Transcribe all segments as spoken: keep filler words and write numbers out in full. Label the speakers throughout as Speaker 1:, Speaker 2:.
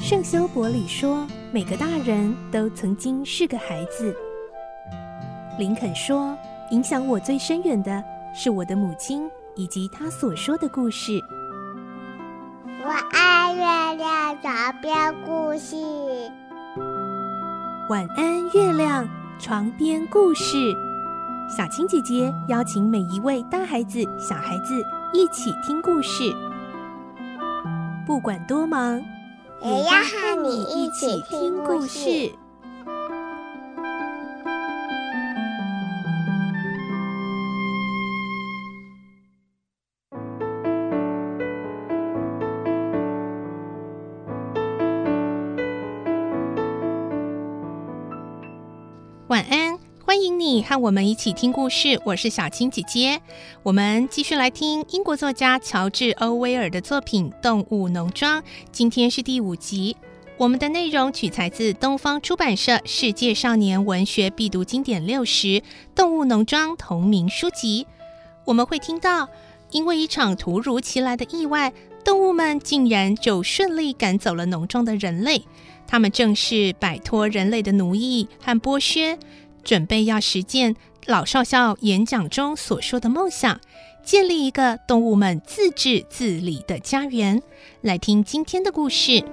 Speaker 1: 圣修伯里说，每个大人都曾经是个孩子。林肯说，影响我最深远的是我的母亲以及她所说的故事。
Speaker 2: 我爱月亮床边故事。
Speaker 1: 晚安，月亮床边故事。小青姐姐邀请每一位大孩子、小孩子一起听故事，不管多忙，
Speaker 2: 也要和你一起听故事。
Speaker 1: 晚安，欢迎你和我们一起听故事，我是小青姐姐。我们继续来听英国作家乔治·欧威尔的作品《动物农庄》，今天是第五集。我们的内容取材自东方出版社《世界少年文学必读经典六十》《动物农庄》同名书籍。我们会听到，因为一场突如其来的意外，动物们竟然就顺利赶走了农庄的人类。他们正是摆脱人类的奴役和剥削，准备要实践老少校演讲中所说的梦想，建立一个动物们自治自理的家园。来听今天的故事，《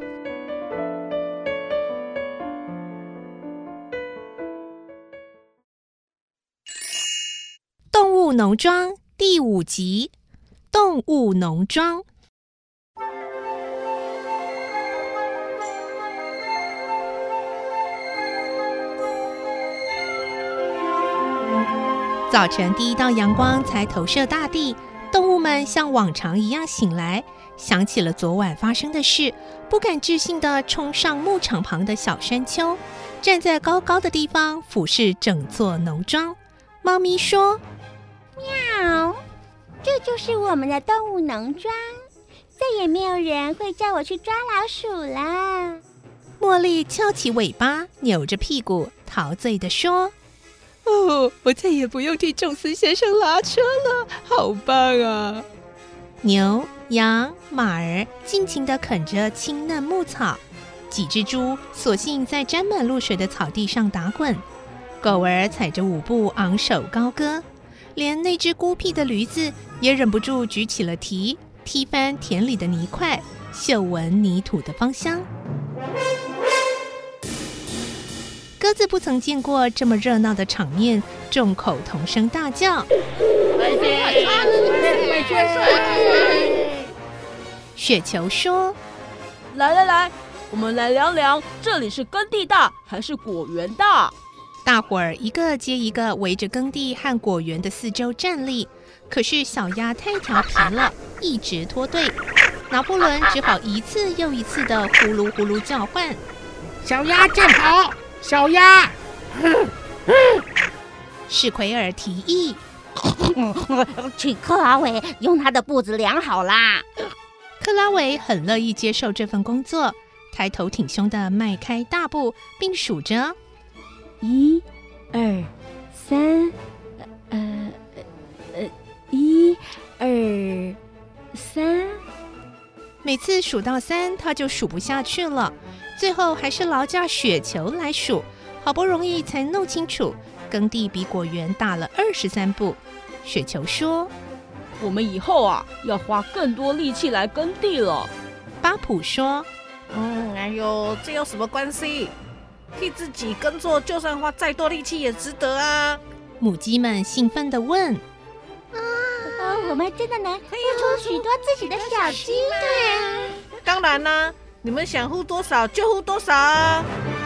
Speaker 1: 动物农庄》第五集，《动物农庄》。早晨第一道阳光才投射大地，动物们像往常一样醒来，想起了昨晚发生的事，不敢置信地冲上牧场旁的小山丘，站在高高的地方俯视整座农庄。猫咪说：
Speaker 3: 喵，这就是我们的动物农庄，再也没有人会叫我去抓老鼠了。
Speaker 1: 茉莉翘起尾巴，扭着屁股，陶醉地说：哦，我再也不用替宙斯先生拉车了，好棒啊！牛、羊、马儿尽情地啃着青嫩牧草，几只猪索性在沾满露水的草地上打滚，狗儿踩着舞步昂首高歌，连那只孤僻的驴子也忍不住举起了蹄，踢翻田里的泥块，嗅闻泥土的芳香。鸽子不曾见过这么热闹的场面，众口同声大叫：雪球说：
Speaker 4: 来来来，我们来聊聊，这里是耕地大还是果园大？
Speaker 1: 大伙儿一个接一个围着耕地和果园的四周站立，可是小鸭太调皮了，一直脱队。拿破仑只好一次又一次的呼噜呼噜叫唤：
Speaker 5: 小鸭站好！小鸭！
Speaker 1: 史奎尔提议：
Speaker 3: 请克拉维用他的步子量好啦。
Speaker 1: 克拉维很乐意接受这份工作，抬头挺胸地迈开大步，并数着：
Speaker 3: 一、二、三，呃呃，一、二、三。
Speaker 1: 每次数到三，他就数不下去了。最后还是劳驾雪球来数，好不容易才弄清楚，耕地比果园大了二十三步。雪球说：
Speaker 4: 我们以后啊，要花更多力气来耕地了。
Speaker 1: 巴普说：
Speaker 5: 嗯，哎呦，这有什么关系？替自己耕作，就算花再多力气也值得啊！
Speaker 1: 母鸡们兴奋地问：
Speaker 3: 啊，我们真的能付出许多自己的小鸡吗？
Speaker 5: 当然啦、啊，你们想呼多少就呼多少啊！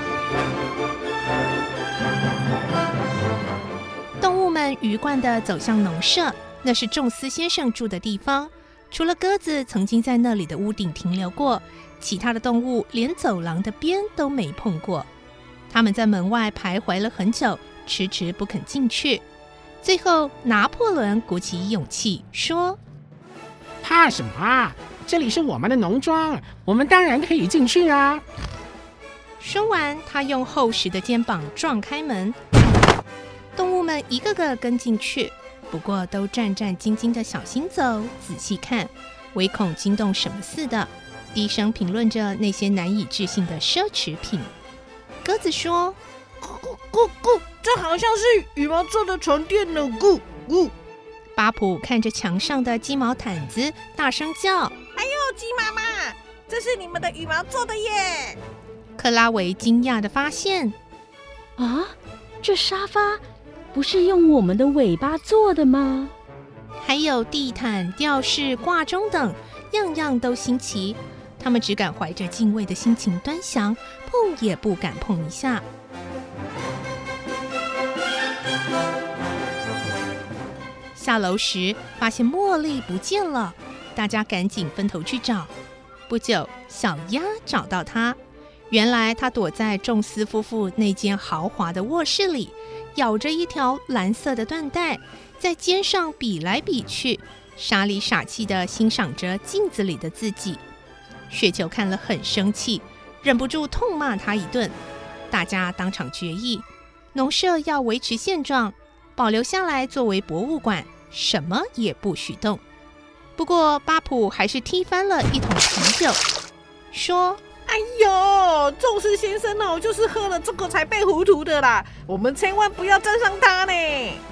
Speaker 1: 动物们鱼贯地走向农舍，那是仲斯先生住的地方。除了鸽子曾经在那里的屋顶停留过，其他的动物连走廊的边都没碰过。他们在门外徘徊了很久，迟迟不肯进去。最后，拿破仑鼓起勇气说：
Speaker 6: 怕什么啊？这里是我们的农庄，我们当然可以进去啊！
Speaker 1: 说完，他用厚实的肩膀撞开门，动物们一个个跟进去，不过都战战兢兢的小心走，仔细看，唯恐惊动什么似的。 低声评论着那些难以置信的奢侈品。鸽子说：
Speaker 5: 咕咕咕，这好像是羽毛做的床垫呢，咕咕。
Speaker 1: 巴普看着墙上的鸡毛毯子，大声叫：
Speaker 5: 哎呦，鸡妈妈，这是你们的羽毛做的耶！
Speaker 1: 克拉维惊讶地发现，
Speaker 4: 啊，这沙发不是用我们的尾巴做的吗？
Speaker 1: 还有地毯、吊饰、挂钟等，样样都新奇。他们只敢怀着敬畏的心情端详，碰也不敢碰一下。下楼时发现茉莉不见了，大家赶紧分头去找。不久，小鸭找到她，原来她躲在仲斯夫妇那间豪华的卧室里，咬着一条蓝色的缎带，在肩上比来比去，傻里傻气地欣赏着镜子里的自己。雪球看了很生气，忍不住痛骂他一顿。大家当场决议，农舍要维持现状，保留下来作为博物馆，什么也不许动。不过巴普还是踢翻了一桶啤酒，说：
Speaker 5: 哎呦，仲斯先生哦，就是喝了这个才被糊涂的啦，我们千万不要沾上他呢。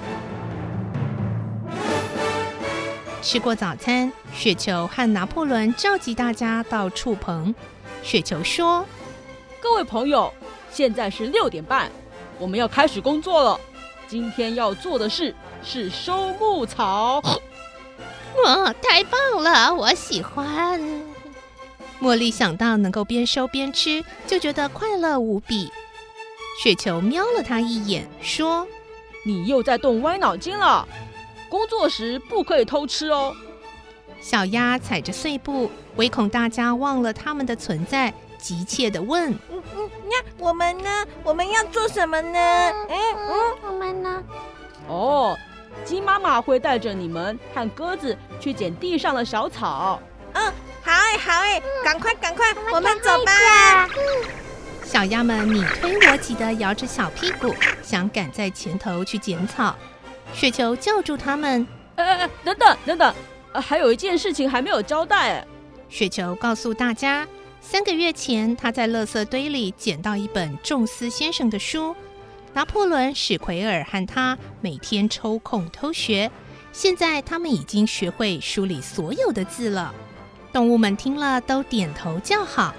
Speaker 1: 吃过早餐，雪球和拿破仑召集大家到畜棚。雪球说：
Speaker 4: 各位朋友，现在是六点半，我们要开始工作了。今天要做的事是收牧草。
Speaker 1: 哇，太棒了，我喜欢。茉莉想到能够边收边吃，就觉得快乐无比。雪球瞄了他一眼，说：
Speaker 4: 你又在动歪脑筋了，工作时不可以偷吃哦。
Speaker 1: 小鸭踩着碎步，唯恐大家忘了他们的存在，急切地问：
Speaker 5: 嗯嗯，那我们呢？我们要做什么呢？
Speaker 3: 嗯
Speaker 5: 嗯
Speaker 3: 嗯，我们呢？
Speaker 4: 哦，鸡妈妈会带着你们和鸽子去捡地上的小草。
Speaker 5: 嗯，好哎，好哎，赶快赶快，我们走吧。
Speaker 1: 小鸭们你推我挤地摇着小屁股，想赶在前头去捡草。雪球叫住他们：
Speaker 4: 哎哎哎，等等等等，呃，还有一件事情还没有交代哎。
Speaker 1: 雪球告诉大家，三个月前他在垃圾堆里捡到一本仲斯先生的书，拿破仑、史奎尔和他每天抽空偷学，现在他们已经学会书里所有的字了。动物们听了都点头叫好。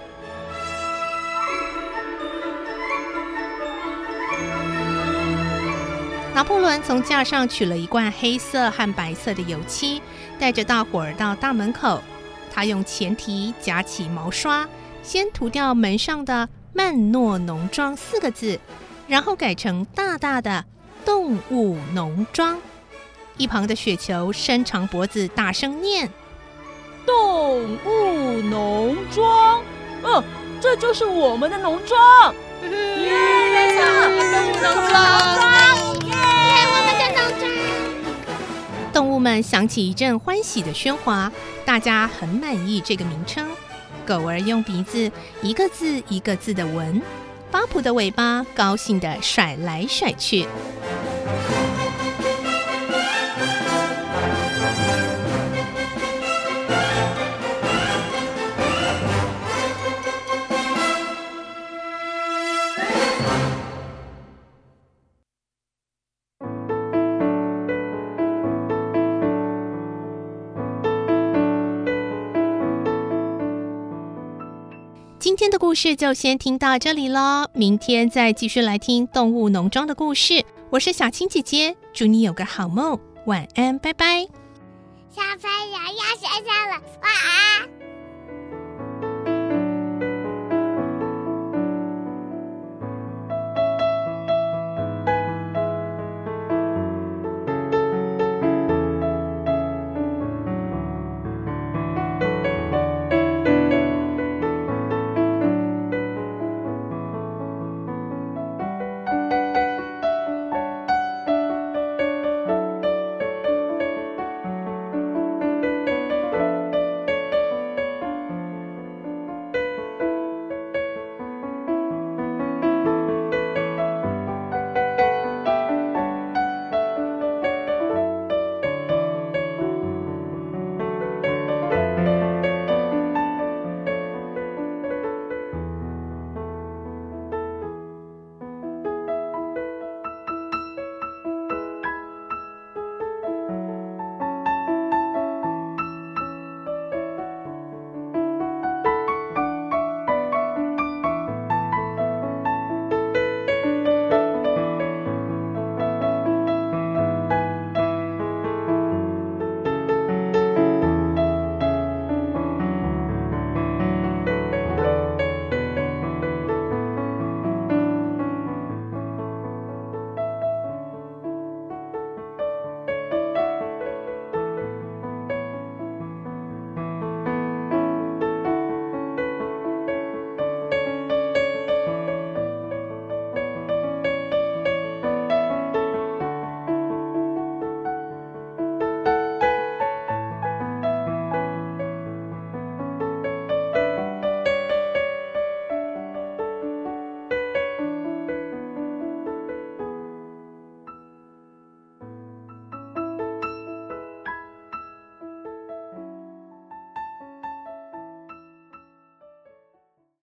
Speaker 1: 拿破仑从架上取了一罐黑色和白色的油漆，带着大伙儿到大门口。他用前蹄夹起毛刷，先涂掉门上的曼诺农庄四个字，然后改成大大的动物农庄。一旁的雪球伸长脖子大声念：
Speaker 4: 动物农庄。嗯，这就是我们的农庄。
Speaker 3: 耶，没错，动物农庄，耶，我们的农庄。
Speaker 1: 动物们响起一阵欢喜的喧哗，大家很满意这个名称。狗儿用鼻子一个字一个字的闻，巴普的尾巴高兴地甩来甩去。今天的故事就先听到这里咯，明天再继续来听动物农庄的故事。我是小青姐姐，祝你有个好梦，晚安，拜拜。
Speaker 2: 小朋友要睡觉了，晚安。